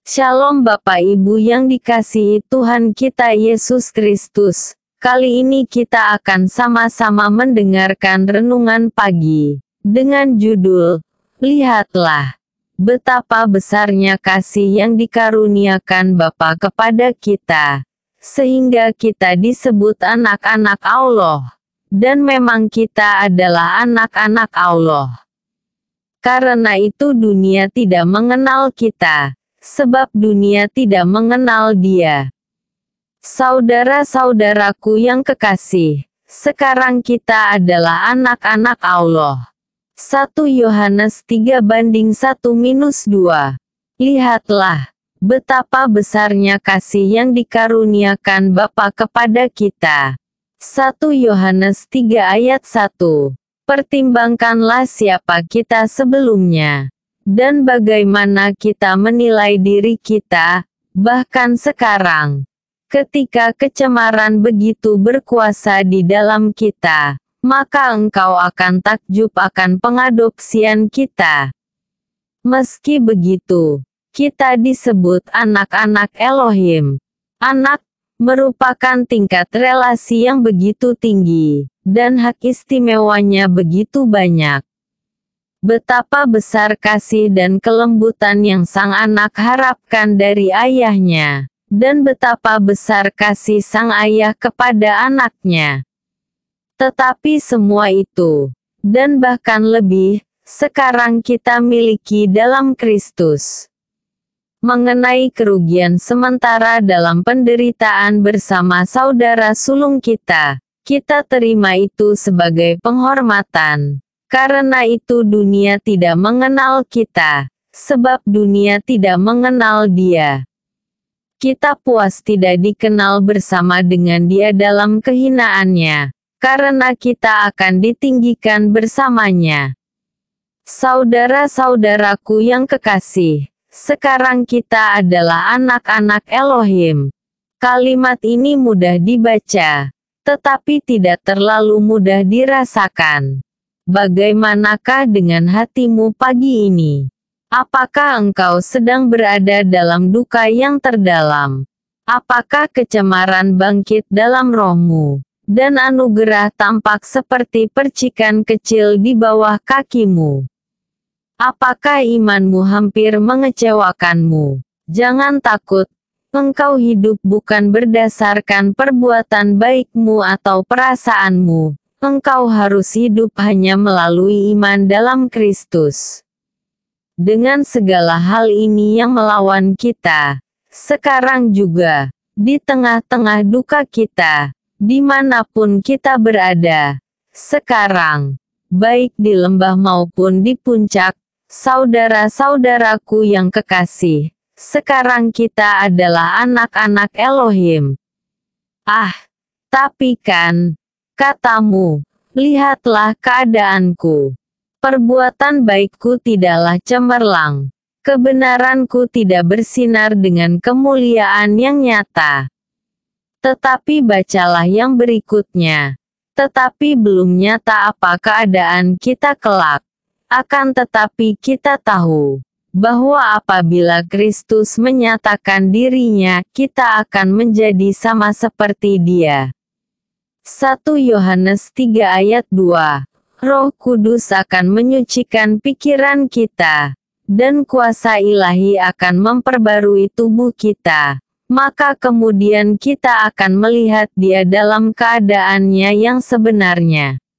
Shalom Bapak Ibu yang dikasihi Tuhan kita Yesus Kristus. Kali ini kita akan sama-sama mendengarkan renungan pagi dengan judul, Lihatlah, betapa besarnya kasih yang dikaruniakan Bapa kepada kita, sehingga kita disebut anak-anak Allah. Dan memang kita adalah anak-anak Allah. Karena itu dunia tidak mengenal kita, sebab dunia tidak mengenal Dia. Saudara-saudaraku yang kekasih, sekarang kita adalah anak-anak Allah. 1 Yohanes 3:1-2. Lihatlah, betapa besarnya kasih yang dikaruniakan Bapa kepada kita. 1 Yohanes 3:1. Pertimbangkanlah siapa kita sebelumnya, dan bagaimana kita menilai diri kita, bahkan sekarang, ketika kecemaran begitu berkuasa di dalam kita, maka engkau akan takjub akan pengadopsian kita. Meski begitu, kita disebut anak-anak Elohim. Anak merupakan tingkat relasi yang begitu tinggi, dan hak istimewanya begitu banyak. Betapa besar kasih dan kelembutan yang sang anak harapkan dari ayahnya, dan betapa besar kasih sang ayah kepada anaknya. Tetapi semua itu, dan bahkan lebih, sekarang kita miliki dalam Kristus. Mengenai kerugian sementara dalam penderitaan bersama saudara sulung kita terima itu sebagai penghormatan. Karena itu dunia tidak mengenal kita, sebab dunia tidak mengenal Dia. Kita puas tidak dikenal bersama dengan Dia dalam kehinaannya, karena kita akan ditinggikan bersamanya. Saudara-saudaraku yang kekasih, sekarang kita adalah anak-anak Elohim. Kalimat ini mudah dibaca, tetapi tidak terlalu mudah dirasakan. Bagaimanakah dengan hatimu pagi ini? Apakah engkau sedang berada dalam duka yang terdalam? Apakah kecemaran bangkit dalam rohmu, dan anugerah tampak seperti percikan kecil di bawah kakimu? Apakah imanmu hampir mengecewakanmu? Jangan takut, engkau hidup bukan berdasarkan perbuatan baikmu atau perasaanmu. Engkau harus hidup hanya melalui iman dalam Kristus. Dengan segala hal ini yang melawan kita, sekarang juga, di tengah-tengah duka kita, dimanapun kita berada, sekarang, baik di lembah maupun di puncak, saudara-saudaraku yang kekasih, sekarang kita adalah anak-anak Elohim. Tapi kan, katamu, lihatlah keadaanku. Perbuatan baikku tidaklah cemerlang. Kebenaranku tidak bersinar dengan kemuliaan yang nyata. Tetapi bacalah yang berikutnya. Tetapi belum nyata apa keadaan kita kelak. Akan tetapi kita tahu bahwa apabila Kristus menyatakan dirinya, kita akan menjadi sama seperti Dia. 1 Yohanes 3:2. Roh Kudus akan menyucikan pikiran kita, dan kuasa ilahi akan memperbarui tubuh kita. Maka kemudian kita akan melihat Dia dalam keadaannya yang sebenarnya.